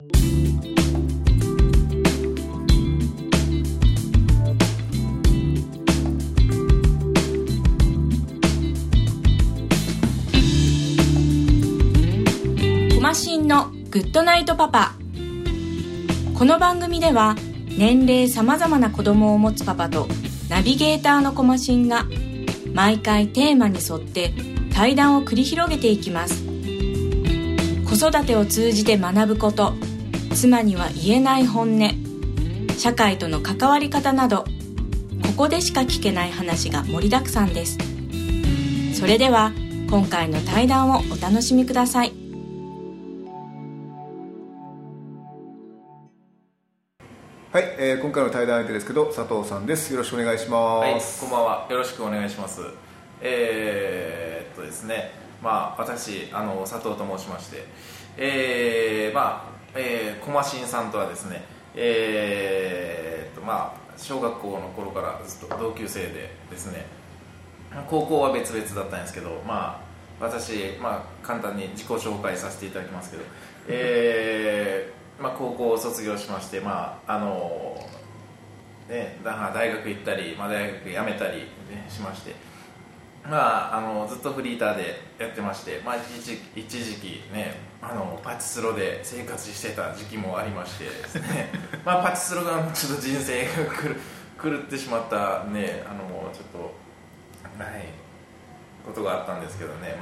コマシンのグッドナイトパパ。この番組では年齢さまざまな子供を持つパパとナビゲーターのコマシンが毎回テーマに沿って対談を繰り広げていきます。子育てを通じて学ぶこと、妻には言えない本音、社会との関わり方など、ここでしか聞けない話が盛りだくさんです。それでは今回の対談をお楽しみください。 はい、今回の対談相手ですけど佐藤さんです。よろしくお願いします。 はい、こんばんは。よろしくお願いします。ですね、私佐藤と申しまして、コマシンさんとはですね、小学校の頃からずっと同級生でですね、高校は別々だったんですけど、私、簡単に自己紹介させていただきますけど、高校を卒業しまして、大学行ったり、大学辞めたり、しまして、ずっとフリーターでやってまして、一時期ね、パチスロで生活してた時期もありましてですねパチスロがちょっと人生が狂ってしまったね、ちょっとことがあったんですけどね、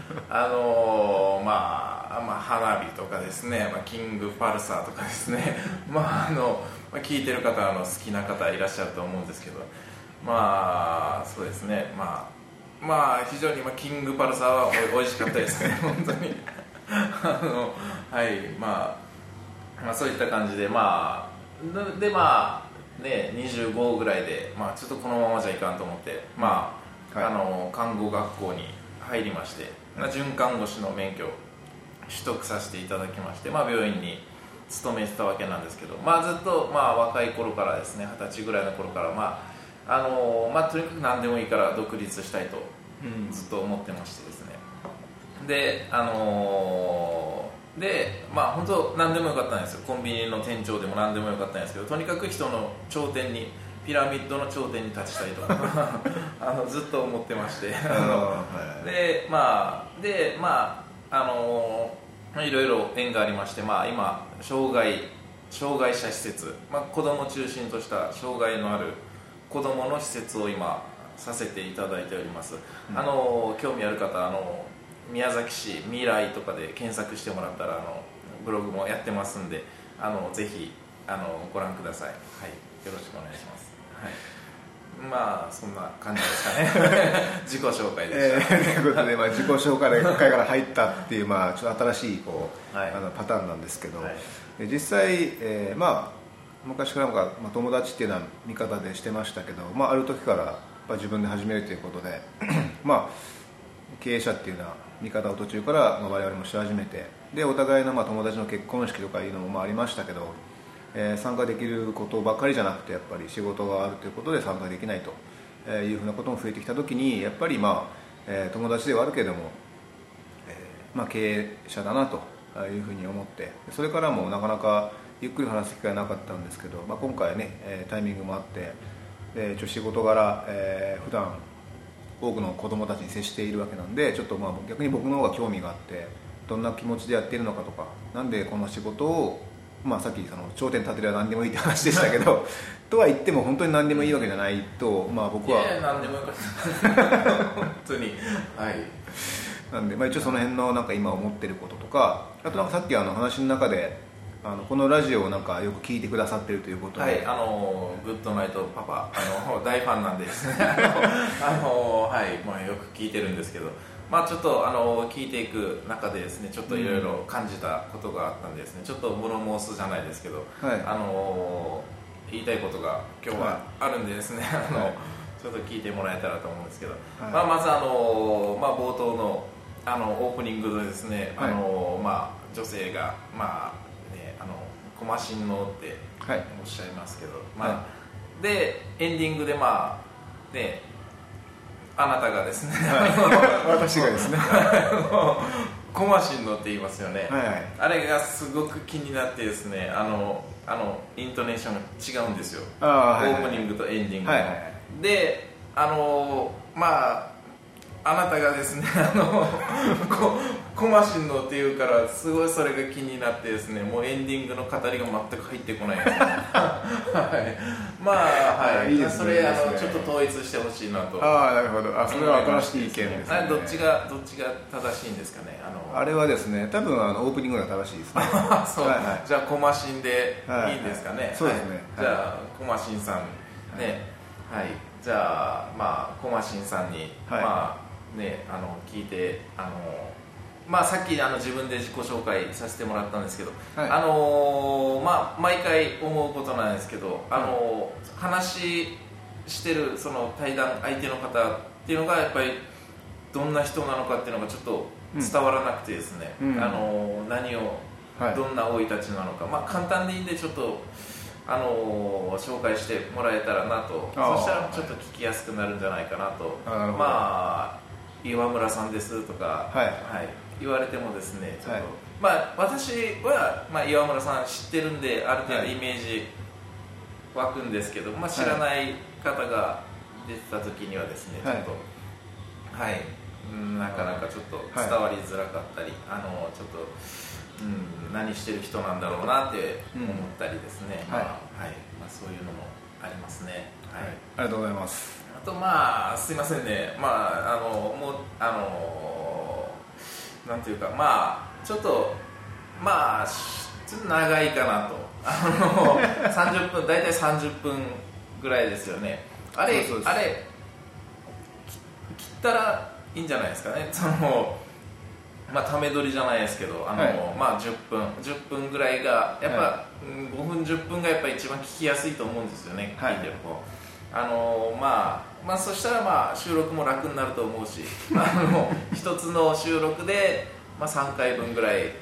花火とかですね、キングパルサーとかですね聞いてる方好きな方いらっしゃると思うんですけど、そうですね、非常にキングパルサーは美味しかったですね本当にそういった感じで25ぐらいでちょっとこのままじゃいかんと思って、看護学校に入りまして、准看護師の免許を取得させていただきまして、病院に勤めてたわけなんですけど、ずっと若い頃からですね、20歳ぐらいの頃からとにかく何でもいいから独立したいとずっと思ってましてですね、本当何でもよかったんですよ。コンビニの店長でも何でもよかったんですけど、とにかく人の頂点に、ピラミッドの頂点に立ちたいとずっと思ってましていろいろ縁がありまして、今障害者施設、子供を中心とした障害のある子供の施設を今させていただいております。興味ある方、宮崎市未来とかで検索してもらったらブログもやってますんで、ぜひご覧ください。はい、よろしくお願いします。はい、そんな感じですかね自己紹介でした、 ということで、自己紹介から入ったっていう、ちょっと新しいパターンなんですけど、実際、昔から友達っていうのは味方でしてましたけど、ある時から自分で始めるということで経営者っていうのは味方を途中から我々もし始めて、でお互いの友達の結婚式とかいうのもありましたけど、参加できることばかりじゃなくて、やっぱり仕事があるということで参加できないというふうなことも増えてきたときに、やっぱり友達ではあるけれども、経営者だなというふうに思って、それからもなかなかゆっくり話す機会はなかったんですけど、今回ね、タイミングもあって、仕事柄、普段多くの子どもたちに接しているわけなんで、ちょっと逆に僕の方が興味があって、どんな気持ちでやっているのかとか、なんでこの仕事をさっき頂点立てれば何でもいいって話でしたけどとは言っても本当に何でもいいわけじゃないと、僕は何でもよかった本当になんで、一応その辺の今思ってることとか、あとさっき話の中でこのラジオをよく聞いてくださってるということで、 グッドナイトパパ大ファンなんですねよく聞いてるんですけど、ちょっと聞いていく中でですね、ちょっといろいろ感じたことがあったんでですね、ちょっと物申すじゃないですけど、言いたいことが今日はあるんでですね、ちょっと聞いてもらえたらと思うんですけど、まず冒頭のオープニングでですね、女性がコマシンのっておっしゃいますけど、でエンディングであなたがですね私がですねコマシンのって言いますよね、 はいはい、 あれがすごく気になってですね、イントネーションが違うんですよ、オープニングとエンディングの、はいはい、でまあなたがですねコマシンのって言うからすごいそれが気になってですね、もうエンディングの語りが全く入ってこないですねはい、まあはい、いいですね、それちょっと統一してほしいなと。 なるほど、それは新しい意見ですね。 どっちが正しいんですかね。 あれはですね、多分オープニングが正しいですねそう、はいはい、じゃあコマシンでいいんですかね、はいはい、 そうですね、 じゃあコマシンさんね、はい、じゃあコマシンさんに、はい、ね、聞いてさっき自分で自己紹介させてもらったんですけど、はい、毎回思うことなんですけど、話してるその対談相手の方っていうのがやっぱりどんな人なのかっていうのがちょっと伝わらなくてですね、何を、どんな生い立ちなのか、簡単でいいんでちょっと紹介してもらえたらなと。そしたらちょっと聞きやすくなるんじゃないかなと。岩村さんですとか、はいはい、言われてもですね、ちょっと、はい、私は、岩村さん知ってるんである程度イメージ湧くんですけど、知らない方が出てた時にはですね、ちょっとはい、なかなかちょっと伝わりづらかったり、ちょっと、何してる人なんだろうなって思ったりですね、そういうのもありますね。はい、 ありがとうございます。 あとすいませんね、なんていうか、ちょっと長いかなと30分、大体30分ぐらいですよね。あれ切ったらいいんじゃないですかね。ため撮りじゃないですけど、10分ぐらいがやっぱ、5分10分がやっぱ一番聞きやすいと思うんですよね、聞いてる方。そしたら収録も楽になると思うし一つの収録で、3回分ぐらい、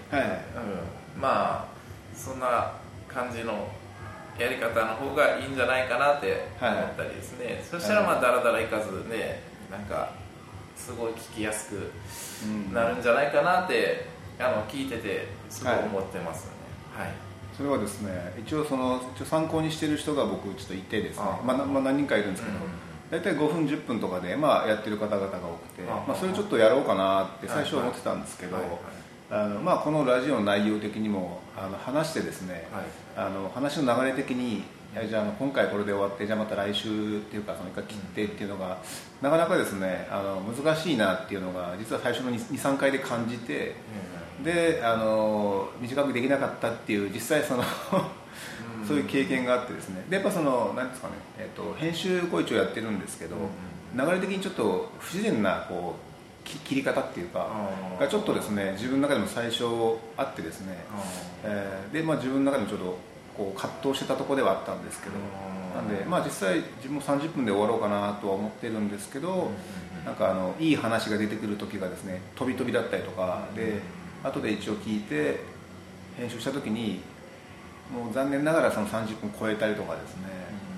そんな感じのやり方の方がいいんじゃないかなって思ったりですね、そしたらダラダラいかずね、なんかすごい聞きやすくなるんじゃないかなって聞いててすごい思ってますね。はい、 それはですね、一応参考にしてる人が僕ちょっといてですね、何人かいるんですけど、大体5分10分とかでやってる方々が多くて、それちょっとやろうかなって最初思ってたんですけど、このラジオの内容的にも話してですね、話の流れ的にじゃあ今回これで終わって、じゃあまた来週っていうかその1回切ってっていうのがなかなかですね難しいなっていうのが実は最初の 2,3 回で感じて、で短くできなかったっていう実際そういう経験があってですね、でやっぱ何ですかね、編集一応やってるんですけど、流れ的にちょっと不自然な切り方っていうかがちょっとですね自分の中でも最初あってですね、で自分の中でもちょっと葛藤してたところではあったんですけど、なんで実際自分も30分で終わろうかなとは思ってるんですけど、なんかいい話が出てくる時がですね飛び飛びだったりとかで、後で一応聞いて編集した時にもう残念ながらその30分超えたりとかですね、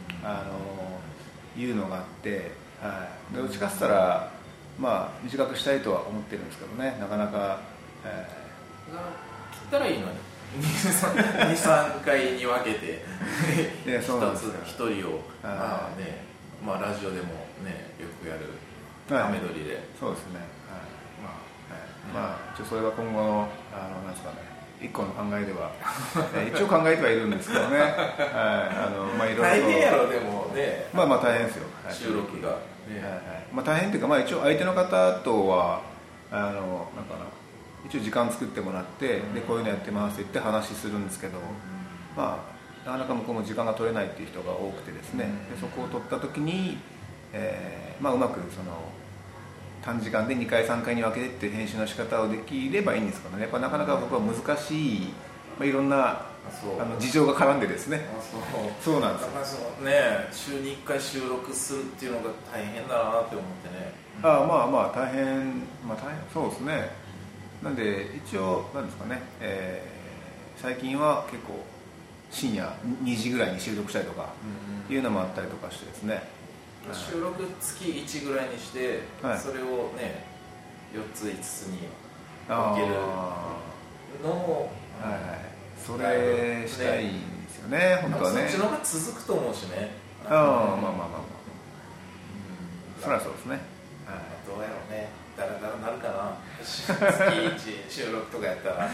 いうのがあって、どっちかって言ったら短くしたいとは思ってるんですけどね、なかなか、 切ったらいいのに2,3 回に分けて一人をラジオでもねよくやるため撮りで、 そうですね、それは今後のなんですかね、一個の考えでは一応考えてはいるんですけどね、いろいろと大変やろ。でもね、 大変ですよ、 収録が、 大変っていうか、一応相手の方とはなんか一応時間作ってもらって、でこういうのやってますって言って話するんですけど、なかなか向こうも時間が取れないっていう人が多くてですね、でそこを取った時に、うまく短時間で2回3回に分けてって編集の仕方をできればいいんですけどね、やっぱなかなか僕は難しい、いろんな事情が絡んでですね。そうなんですよね。週に1回収録するっていうのが大変だなって思ってね。 大変そうですね。なんで一応なんですかね、最近は結構深夜2時ぐらいに収録したりとかいうのもあったりとかしてですね、 収録月1ぐらいにして、それをね4つ5つに分けるのも、 はいはい、それしたいんですよね、本当はね。 そっちの方が続くと思うしね。 まあそりゃそうですね。 どうやろうね、だらだらなるかな月1収録とかやったら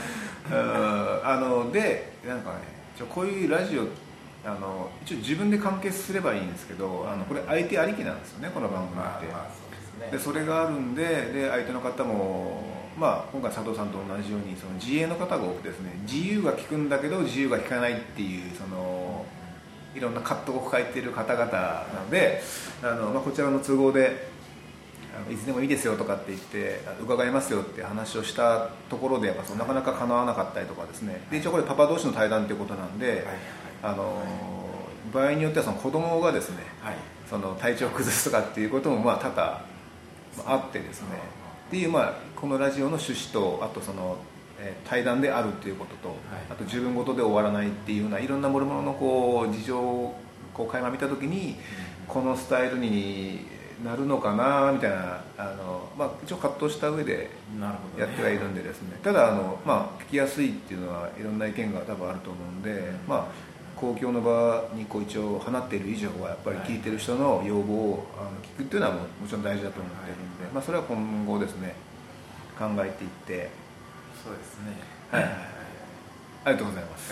でなんかね、こういうラジオ一応自分で完結すればいいんですけど、これ相手ありきなんですよね、この番組って。でそれがあるんで相手の方も、今回佐藤さんと同じようにその自営の方が多くですね、自由が利くんだけど自由が利かないっていう、いろんな葛藤を抱えている方々なので、こちらの都合でいつでもいいですよとかって言って伺いますよって話をしたところで、やっぱなかなか叶わなかったりとかですね。で一応これパパ同士の対談ということなんで、場合によってはその子供がですね、その体調を崩すとかっていうことも多々あってですね、っていうこのラジオの趣旨と、あとその対談であるっていうことと、あと自分ごとで終わらないっていうようないろんなもろもろの事情を垣間見た時に、このスタイルになるのかなみたいな、一応葛藤した上でやってはいるんでですね、ただ聞きやすいっていうのはいろんな意見が多分あると思うんで、公共の場に一応放っている以上はやっぱり聞いてる人の要望を聞くっていうのはもちろん大事だと思ってるんで、それは今後ですね考えていって。 そうですね、 ありがとうございます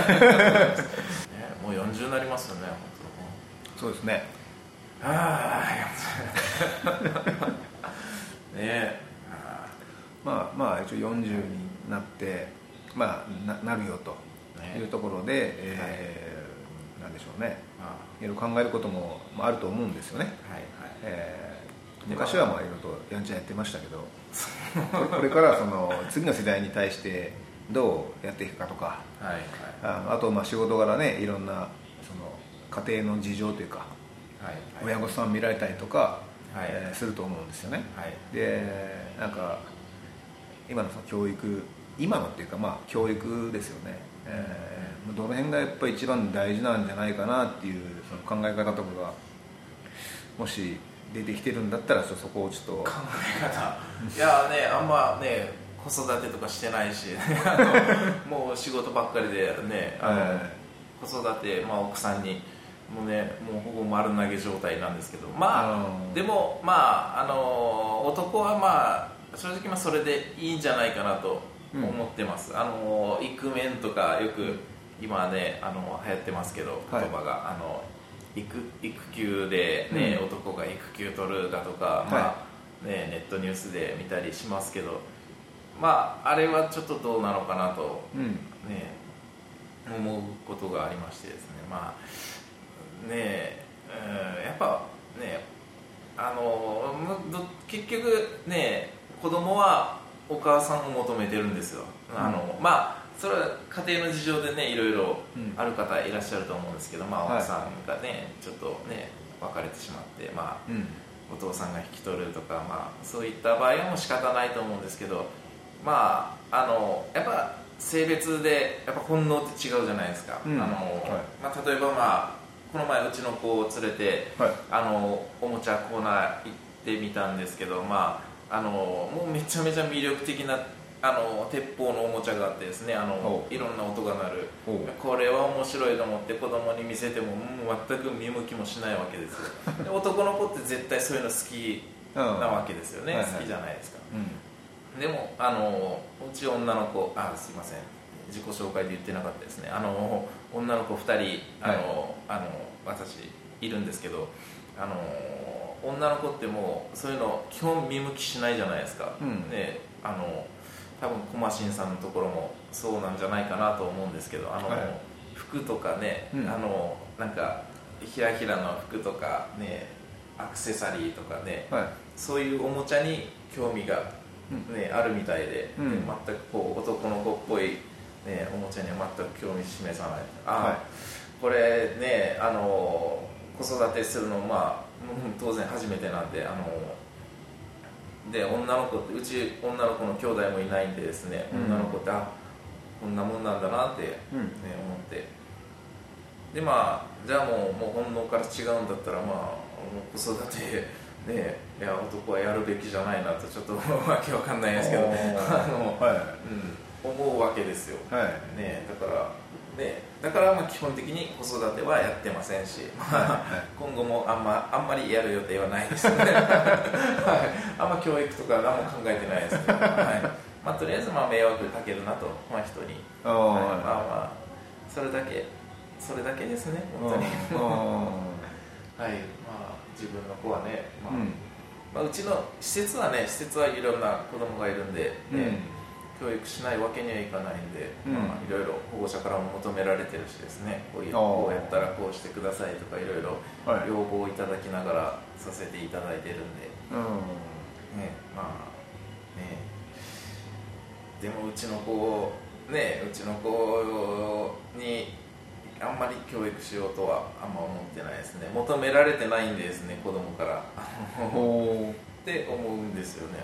もう40になりますよね、本当。そうですね。 ねえ、 一応40になってなるよというところで、なんでしょうね、いろいろ考えることもあると思うんですよね。昔は色々とやんちゃやってましたけどこれからその次の世代に対してどうやっていくかとか、あと仕事柄ね、いろんなその家庭の事情というか、親御さん見られたりとか、すると思うんですよね。でなんか今のその教育、今のっていうか教育ですよね、どの辺がやっぱり一番大事なんじゃないかなっていうその考え方とかがもし出てきてるんだったら、そこをちょっと考え方、いやね、あんまね子育てとかしてないしもう仕事ばっかりでね、子育て、奥さんにもうほぼ丸投げ状態なんですけど、でも男は正直それでいいんじゃないかなと思ってます。イクメンとかよく今ね流行ってますけど、言葉が、育休でね、男が育休取るだとか、ネットニュースで見たりしますけど、あれはちょっとどうなのかなと、思うことがありましてですね、やっぱね、結局ね、子供はお母さんを求めてるんですよ。それは家庭の事情でね、いろいろある方いらっしゃると思うんですけど、奥さんがねちょっとね別れてしまって、お父さんが引き取るとか、そういった場合はもう仕方ないと思うんですけど、やっぱ性別でやっぱ本能って違うじゃないですか。例えばこの前うちの子を連れて、おもちゃコーナー行ってみたんですけど、もうめちゃめちゃ魅力的な鉄砲のおもちゃがあってですね、いろんな音が鳴る、これは面白いと思って子供に見せても、全く見向きもしないわけですよ。で男の子って絶対そういうの好きなわけですよね、好きじゃないですか。でもうち女の子、すいません、自己紹介で言ってなかったですね。女の子2人私いるんですけど、女の子ってもうそういうの基本見向きしないじゃないですか。多分コマシンさんのところもそうなんじゃないかなと思うんですけど、服とかね、なんかひらひらの服とかね、アクセサリーとかね、そういうおもちゃに興味があるみたいで、全く男の子っぽいおもちゃには全く興味示さない。これね、子育てするの当然初めてなんで、で女の子って、うち女の子の兄弟もいないんでですね、女の子ってこんなもんなんだなって、思って、でじゃあもう本能から違うんだったら子育てね、いや男はやるべきじゃないなとちょっとわけわかんないですけど思うわけですよ、ね、だからまあ基本的に子育てはやってませんし、今後もあんまりやる予定はないですねあんま教育とか何も考えてないですけど、まあ、とりあえずまあ迷惑かけるなと、まあ、人に、まあそれだけですね本当にはい、まあ自分の子はね、まあうちの施設はいろんな子供がいるんで、教育しないわけにはいかないんで、まあいろいろ保護者からも求められてるしですね、こうやったらこうしてくださいとかいろいろ要望をいただきながらさせていただいてるんで、まあね、でもうちの子にあんまり教育しようとはあんま思ってないですね。求められてないんでですね、子供からって思うんですよね。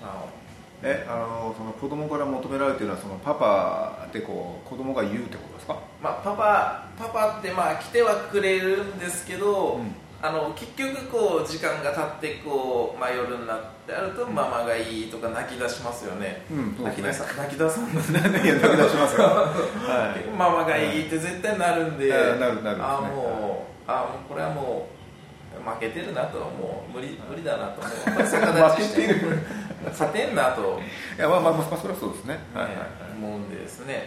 その子供から求められているのはそのパパってこう子供が言うってことですか？ まあパパってまあ来てはくれるんですけど、結局こう時間が経ってこう、まあ、夜になってあるとママがいいとか泣き出しますよね。泣き出さん泣き出しますよママがいいって絶対なるんで、もうこれはもう負けてるなと、もう無理だなと思う。負けてる勝てんなと、 いやまあそれはそうですね、 思うんでですね、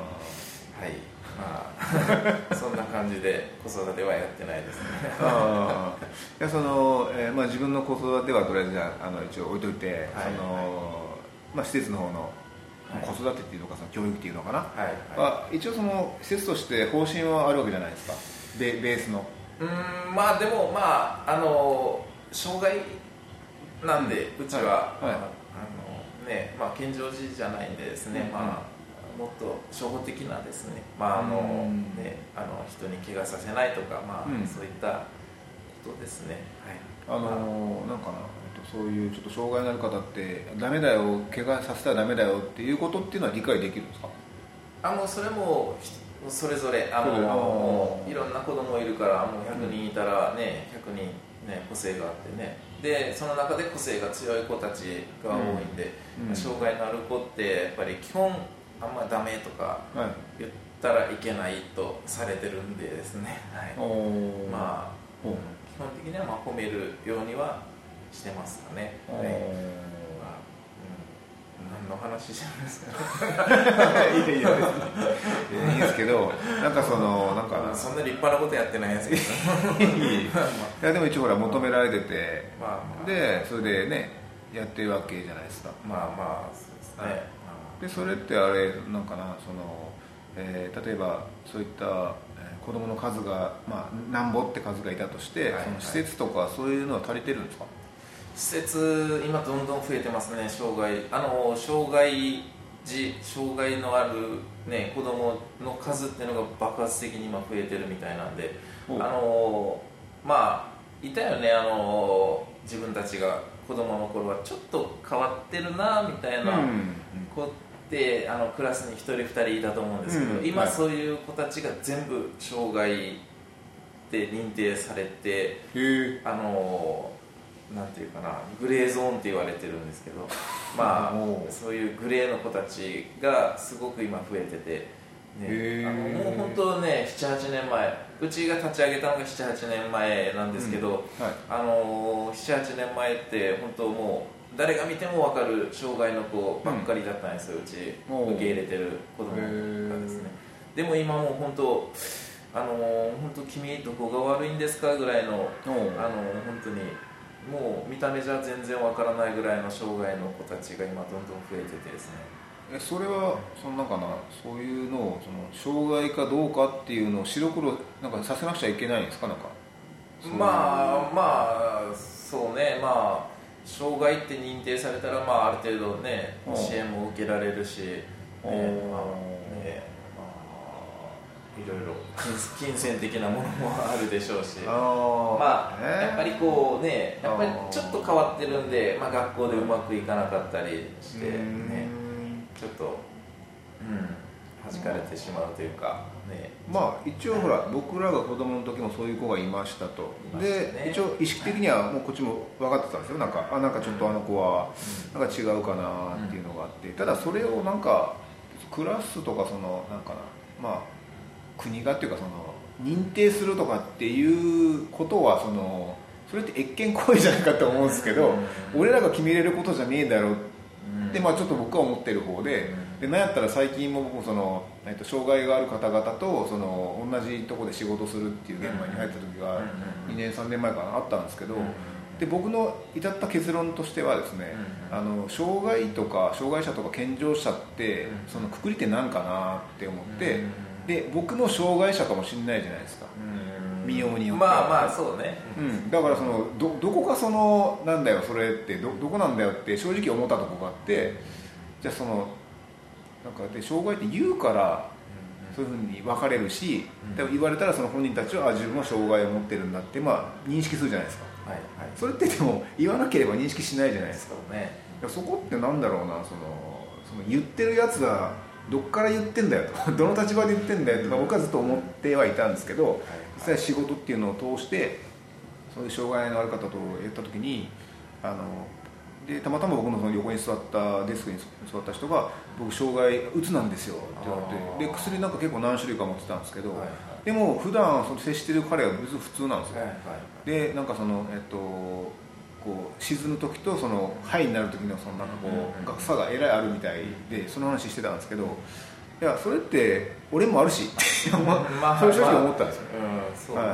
そんな感じで子育てはやってないですねいやまあ、自分の子育てはとりあえず一応置いといて、まあ、施設の方の子育てっていうのか教育っていうのかな、一応その施設として方針はあるわけじゃないですか、ベースの。 まあでもまあ障害なんで、うちはまあ健常児じゃないんでですね、まあもっと初歩的なですね、人に怪我させないとか、そういったことですね。 なんかな、そういうちょっと障害のある方ってダメだよ、怪我させたらダメだよっていうことっていうのは理解できるんですか？ それもそれぞれもういろんな子供いるから、もう100人いたらね、100人ね個性があってね、でその中で個性が強い子たちが多いんで、障害のある子ってやっぱり基本あんまダメとか言ったらいけないとされてるんでですね、まあ基本的にはまあ褒めるようにはしてますかね。何の話してるんですか？ いいですけど、なんかそんな立派なことやってないですけどいやでも一応ほら求められてて、でそれでねやってるわけじゃないですか。 そうですね。 でそれってあれなんかな、例えばそういった子供の数がなんぼって数がいたとして、その施設とかそういうのは足りてるんですか？ 施設今どんどん増えてますね。障害のあるね子供の数っていうのが爆発的に今増えてるみたいなんで、まあいたよね、自分たちが子供の頃はちょっと変わってるなみたいな子ってクラスに1人2人いたと思うんですけど、今そういう子たちが全部障害で認定されて、なんていうかな、グレーゾーンって言われてるんですけど、そういうグレーの子たちがすごく今増えてて、もう本当ね 7,8 年前、うちが立ち上げたのが 7,8 年前なんですけど、7,8 年前って本当もう誰が見ても分かる障害の子ばっかりだったんですよ、うち受け入れてる子供がですね。でも今もう本当君どこが悪いんですかぐらいの本当にもう見た目じゃ全然わからないぐらいの障害の子たちが今どんどん増えててですね。 それはそういうのを障害かどうかっていうのを白黒させなくちゃいけないんですか？ そうね、障害って認定されたらある程度ね支援も受けられるし、いろいろ金銭的なものもあるでしょうし、やっぱりこうね、やっぱりちょっと変わってるんで、学校でうまくいかなかったりしてね、ちょっと初かれてしまうというか、ね、 まあ一応ほら僕らが子供の時もそういう子がいましたと、で一応意識的にはもうこっちも分かってたんですよ。なんかちょっとあの子はなんか違うかなっていうのがあって、ただそれをなんかクラスとかそのなんかな、まあ国がっていうかその認定するとかっていうことはそれって越権行為じゃないかと思うんですけど、俺らが決めれることじゃねえだろうって、まあちょっと僕は思ってる方で、なんやったら最近も僕も障害がある方々と同じところで仕事するっていう現場に入った時が2年3年前かなあったんですけど、で僕の至った結論としてはですね、障害とか障害者とか健常者ってそのくくりって何かなって思って、で僕も障害者かもしれないじゃないですか、見ようによっては。 まあまあそうね、 だからどこかなんだよそれってどこなんだよって正直思ったとこがあって、じゃあなんかで障害って言うからそういうふうに分かれるし、でも言われたらその本人たちは自分も障害を持ってるんだってまあ認識するじゃないですか、はいはい、それってでも言わなければ認識しないじゃないですか。そうね、そこってなんだろうな、その言ってるやつはどっから言ってんだよとどの立場で言ってんだよと僕はずっと思ってはいたんですけど、実際仕事っていうのを通してそういう障害のある方とやった時にでたまたま僕のその横に座ったデスクに座った人が僕障害うつなんですよって言われて、で薬なんか結構何種類か持ってたんですけど、でも普段接してる彼は別に普通なんですよ、でなんかこう沈む時とハイになる時のなんかこう格差がえらいあるみたいでその話してたんですけど、いやそれって俺もあるしってそういう正直思ったんですよ、そうね、はい、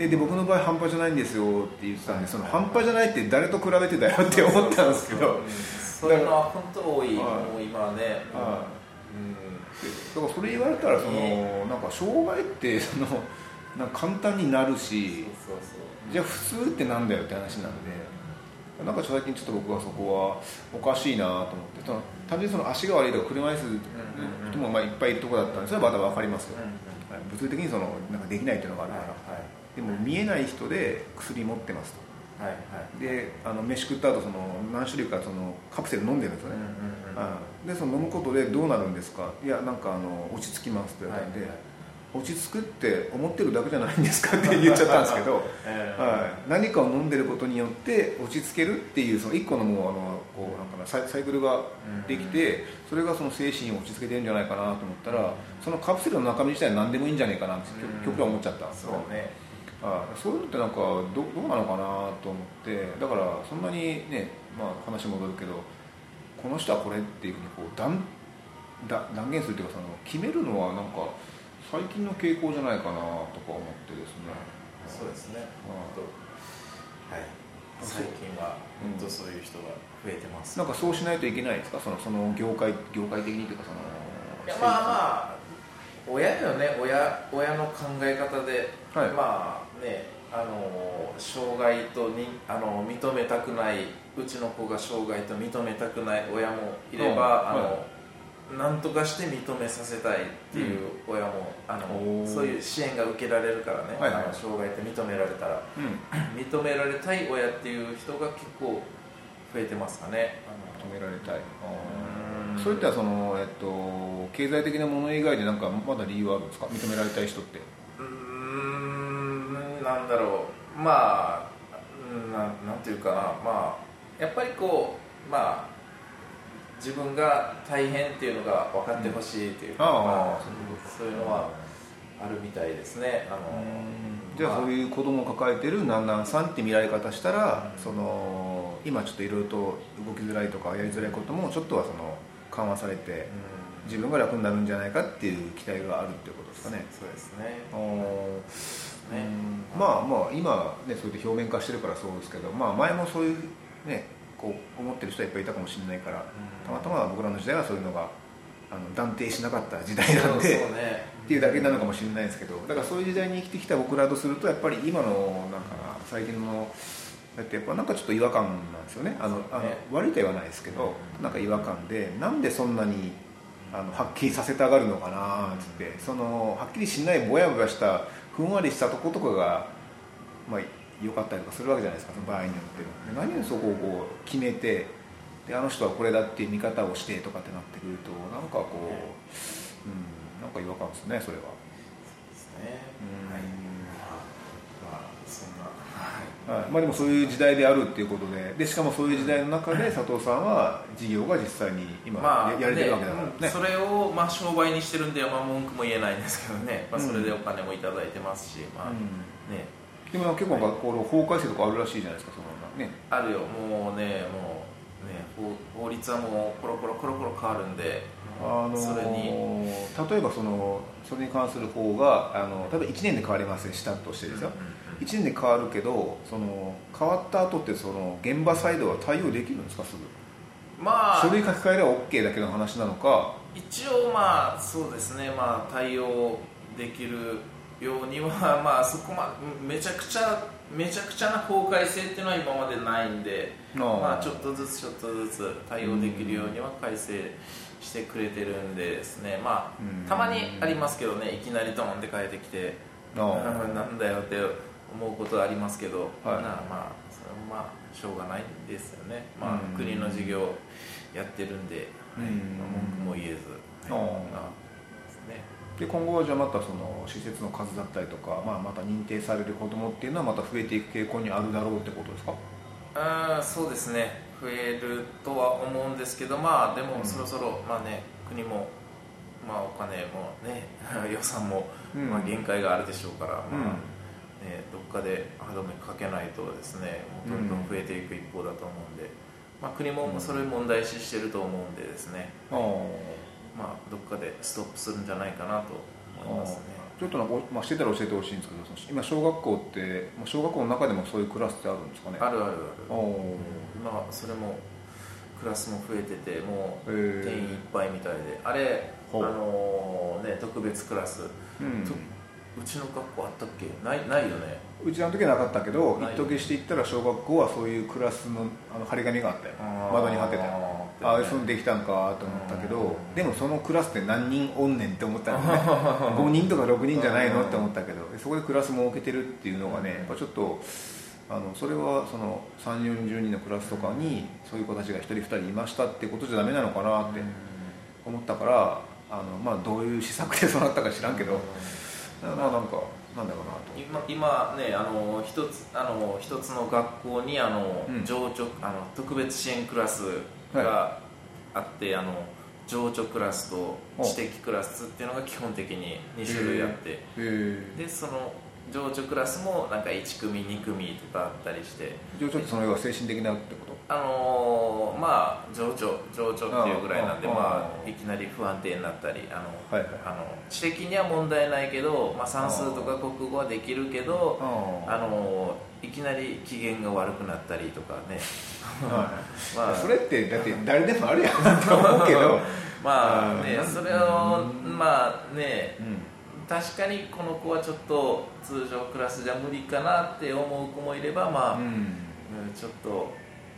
で僕の場合半端じゃないんですよって言ってたんで、その半端じゃないって誰と比べてだよって思ったんですけど、 そういうのは本当多い、もう今はね、 だからそれ言われたらなんか障害ってなんか簡単になるし、じゃあ普通ってなんだよって話なんで、なんか最近ちょっと僕はそこはおかしいなと思って、単純に足が悪いとか車椅子の人もまあいっぱいいるところだったんでそれはまだ分かりますよ、物理的になんかできないっていうのがあるから、でも見えない人で薬持ってますと、で飯食った後何種類かカプセル飲んでるんですよね、で飲むことでどうなるんですか、いやなんか落ち着きますって言われたんで、落ち着くって思ってるだけじゃないんですかって言っちゃったんですけど、何かを飲んでることによって落ち着けるっていう一個のもうこうなんかサイクルができて、それが精神を落ち着けてるんじゃないかなと思ったら、そのカプセルの中身自体は何でもいいんじゃないかなって極論思っちゃったんですよ、そういうのってなんかどうなのかなと思って、だからそんなにね、まあ、話戻るけどこの人はこれっていうふうにこう断言するというか決めるのはなんか最近の傾向じゃないかなとか思ってですね。 そうですね、はい、最近は本当そういう人が増えてます、 なんかそうしないといけないですか、その業界的にというかいやまあ親よね、親の考え方で、まあね、障害と認めたくない、うちの子が障害と認めたくない親もいれば、なんとかして認めさせたいっていう親も、そういう支援が受けられるからね、障害って認められたら、認められたい親っていう人が結構増えてますかね。 認められたい、そういった経済的なもの以外でなんかまだ理由はあるんですか、認められたい人って。 なんだろう、まあなんていうかな、まあやっぱりこう、まあ自分が大変っていうのが分かってほしいっていうか、そういうのはあるみたいですね。 じゃあそういう子供を抱えてるなんなんさんって見られ方したら、今ちょっといろいろと動きづらいとかやりづらいこともちょっとは緩和されて、自分が楽になるんじゃないかっていう期待があるっていうことですかね。 そうですね。 まあ今ねそうやって表面化してるからそうですけど、まあ前もそういうねこう思ってる人はいっぱいいたかもしれないから、たまたま僕らの時代はそういうのが断定しなかった時代なんで、っていうだけなのかもしれないですけど、だからそういう時代に生きてきた僕らとするとやっぱり今のなんか最近のだってやっぱなんかちょっと違和感なんですよね。悪いとは言わないですけど、なんか違和感で、なんでそんなにはっきりさせたがるのかなって、はっきりしないぼやぼやしたふんわりしたとことかがまあ良かったりとかするわけじゃないですか、その場合によって。何にそこをこう決めて、であの人はこれだっていう見方をしてとかってなってくると、なんかこう、なんかか違和感ですね、それは。 そうですね。はい。まあそんな。 はい。まあでもそういう時代であるっていうことで、しかもそういう時代の中で佐藤さんは事業が実際に今やれてるわけだからね。 それをまあ商売にしてるんで文句も言えないんですけどね。まあそれでお金もいただいてますし、まあね。 でも結構学校の法改正とかあるらしいじゃないですか、そのね。 あるよ、もうね法律はもうコロコロ変わるんで、それに例えばそれに関する法が例えば1年で変わりますね、したとしてですよ、1年で変わるけど、変わった後って現場サイドは対応できるんですか、すぐ。まあ書類書き換えれば OK だけの話なのか。 一応まあそうですね、まあ対応できるようにはまあそこめちゃくちゃな法改正っていうのは今までないんで、まあちょっとずつ対応できるようには改正してくれてるんでですね、まあたまにありますけどね、いきなりドーンって変えてきてなんだよって思うことはありますけど、まあそれはまあしょうがないんですよね。まあ国の事業やってるんで、文句も言えずですね。 で今後はじゃあまた施設の数だったりとか、また認定される子どもっていうのはまた増えていく傾向にあるだろうってことですか？ そうですね、増えるとは思うんですけど、まあでもそろそろまあね、国もまあお金もね予算もまあ限界があるでしょうから、まあね、どっかで歯止めかけないとですね、もうどんどん増えていく一方だと思うんで、まあ国もそれ問題視してると思うんでですね、まあどっかでストップするんじゃないかなと思いますね。 ちょっとしてたら教えてほしいんですけど、今小学校って小学校の中でもそういうクラスってあるんですかね？ ある。まあそれもクラスも増えてて、もう定員いっぱいみたいで、あれね、特別クラス、うちの学校あったっけ？ないよね。 うちの時はなかったけど、一時していったら小学校はそういうクラスの張り紙があったよ。窓に貼ってたよ。そうできたんかと思ったけど、でもそのクラスって何人おんねんって思ったのね。5人とか6人じゃないのって思ったけど、そこでクラス設けてるっていうのがね、やっぱちょっとそれは3、40人のクラスとかにそういう子たちが1人2人いましたってことじゃダメなのかなって思ったから、どういう施策でそうなったか知らんけど、なんだろうなと。 今ね、一つの学校に特別支援クラスがあって、情緒クラスと知的クラスっていうのが基本的に2種類あって、でその情緒クラスもなんか1組2組とかあったりして、 情緒ってその要は精神的なってこと？ まあ情緒っていうぐらいなんで、いきなり不安定になったり、知的には問題ないけど、算数とか国語はできるけど、いきなり機嫌が悪くなったりとかね。 それってだって誰でもあるやんと思うけどそれを確かにこの子はちょっと通常クラスじゃ無理かなって思う子もいれば、ちょっと、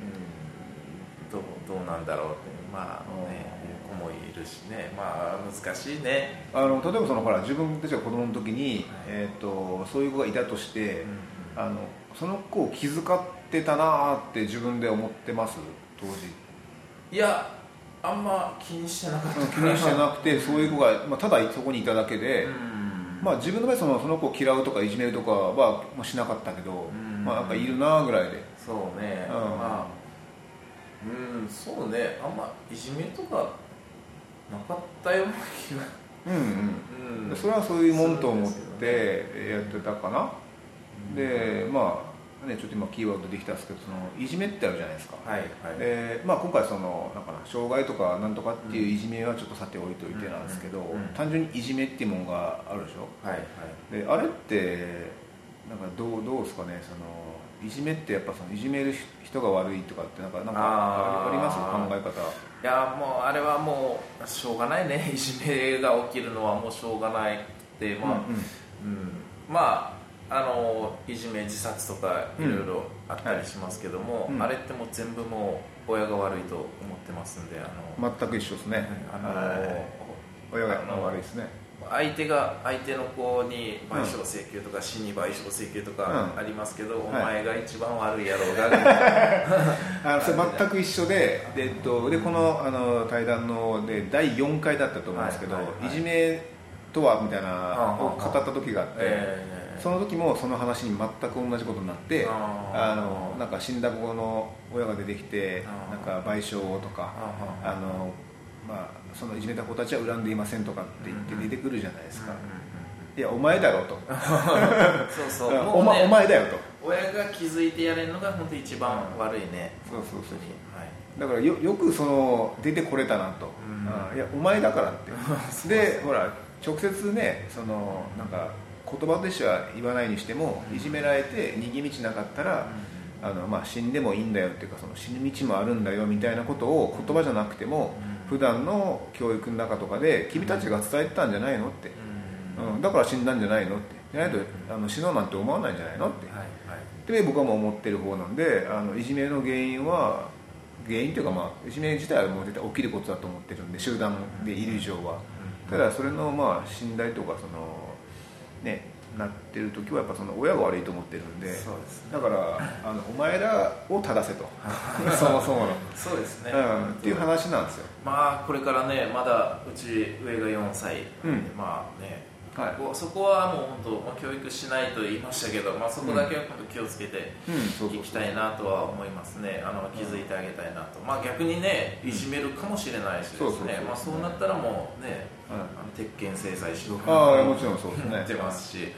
どうなんだろうっていう子もいるしね、難しいね。 例えば自分たちが子供の時に、そういう子がいたとして、その子を気遣ってたなって自分で思ってます？当時いや、あんま気にしてなかった。 気にしてなくて、そういう子が、ただそこにいただけで、自分の場合その子を嫌うとかいじめるとかはしなかったけど、なんかいるなぐらいで。 そうね、そうね、あんまいじめとかなかったような気が。 それはそういうもんと思ってやってたかな。でちょっと今キーワードできたんですけど、いじめってあるじゃないですか。今回障害とかなんとかっていういじめはちょっとさて置いといてなんですけど、単純にいじめっていうものがあるでしょ。であれってどうですかね、いじめってやっぱいじめる人が悪いとかってなんかあります？考え方。 いや、もうあれはもうしょうがないね。いじめが起きるのはもうしょうがないって、いじめ自殺とかいろいろあったりしますけども、あれってもう全部もう親が悪いと思ってますんで、 全く一緒ですね。親が悪いですね。 相手の子に賠償請求とか、死に賠償請求とかありますけど、お前が一番悪いやろうがそれ全く一緒で、この対談ので第4回だったと思うんですけど、いじめとはみたいなを語った時があって、その時もその話に全く同じことになって、なんか死んだ子の親が出てきてなんか賠償とかそのいじめた子たちは恨んでいませんとかって言って出てくるじゃないですか。いやお前だろとそうそうお前だよと親が気づいてやれるのが本当に一番悪いね。 そう、だからよくその出てこれたなと、いやお前だからってでほら直接ねそのなんか言葉でしは言わないにしてもいじめられて逃げ道なかったら死んでもいいんだよっていうかその死ぬ道もあるんだよみたいなことを言葉じゃなくても普段の教育の中とかで君たちが伝えてたんじゃないのって、だから死んだんじゃないのってじゃないと死のうなんて思わないんじゃないのって、で僕はもう思ってる方なんでいじめの原因というかいじめ自体はもう絶対起きることだと思ってるんで集団でいる以上は、ただそれの信頼とかそのねなってる時はやっぱその親が悪いと思ってるんで、 そうですね、 だからお前らを正せとそもそものそうですね、 っていう話なんですよ。 これからねまだうち上が4歳、そこはもう本当、教育しないと言いましたけど、そこだけは気をつけていきたいなとは思いますね。気づいてあげたいなと、逆にねいじめるかもしれないしですね、そうなったらもうね、鉄拳制裁しようかなともちろんそうですね思ってますし、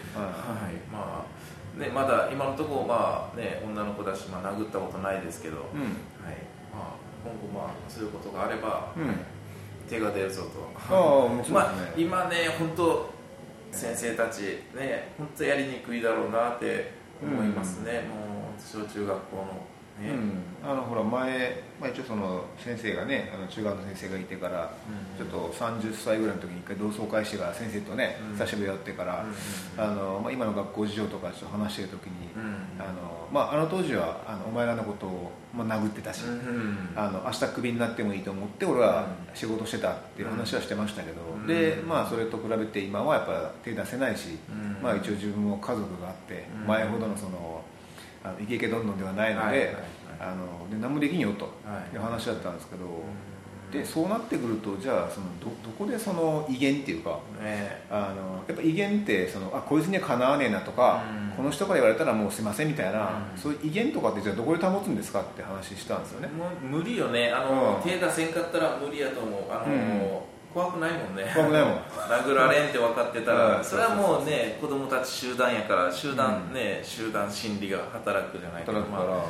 まだ今のところ女の子だし殴ったことないですけど、今後そういうことがあれば手が出るぞと。今ね本当先生たちね本当やりにくいだろうなって思いますね、もう小中学校のね、 ほら前、一応その先生がね中学の先生がいてから、ちょっと30歳ぐらいの時に一回同窓会してから先生とね、久しぶりに会ってから、今の学校事情とかちょっと話してる時に、あの当時はお前らのことを殴ってたし、明日クビになってもいいと思って俺は仕事してたっていう話はしてましたけど、でそれと比べて今はやっぱ手出せないし、一応自分も家族があって前ほどのそのイケイケどんどんではないので、で何もできんよという話だったんですけど、でそうなってくるとじゃあその どこでその威厳っていうか、やっぱ威厳ってそのこいつにはかなわねえなとか、この人から言われたらもうすいませんみたいな、そういう威厳とかってじゃあどこで保つんですかって話したんですよね。 もう無理よね、手出せんかったら無理やと思う。怖くないもんね。 怖くないもん殴られんって分かってたら、それはもうね子供たち集団やから集団心理が働くじゃないか、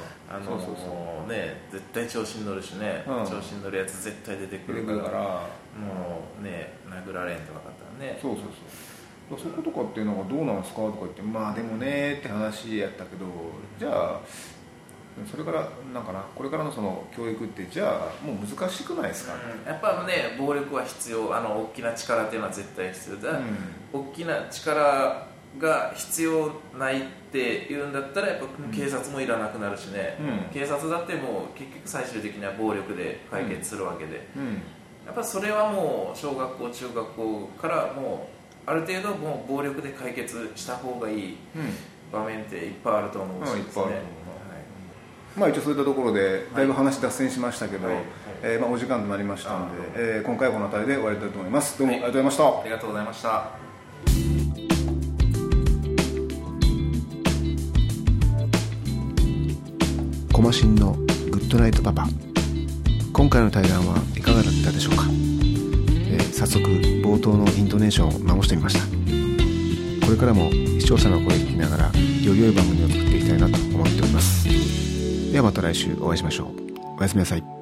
絶対調子に乗るしね、調子に乗るやつ絶対出てくるから、もうね殴られんって分かったらね。 そことかっていうのがどうなんですかとか言って、でもねって話やったけど、じゃあそれからこれからのその教育ってじゃあもう難しくないですか、 やっぱね暴力は必要、大きな力っていうのは絶対必要だ、大きな力が必要ないっていうんだったらやっぱ警察もいらなくなるしね、警察だってもう結局最終的には暴力で解決するわけで、やっぱそれはもう小学校中学校からもうある程度もう暴力で解決した方がいい場面っていっぱいあると思うしですね。 一応そういったところでだいぶ話脱線しましたけど、お時間となりましたので、今回はこの辺りで終わりたいと思います。どうもありがとうございました。 ありがとうございました。 コマシンのグッドナイトパパ、今回の対談はいかがだったでしょうか。早速冒頭のイントネーションを直してみました。これからも視聴者の声を聞きながらより良い番組を作っていきたいなと思っております。ではまた来週お会いしましょう。おやすみなさい。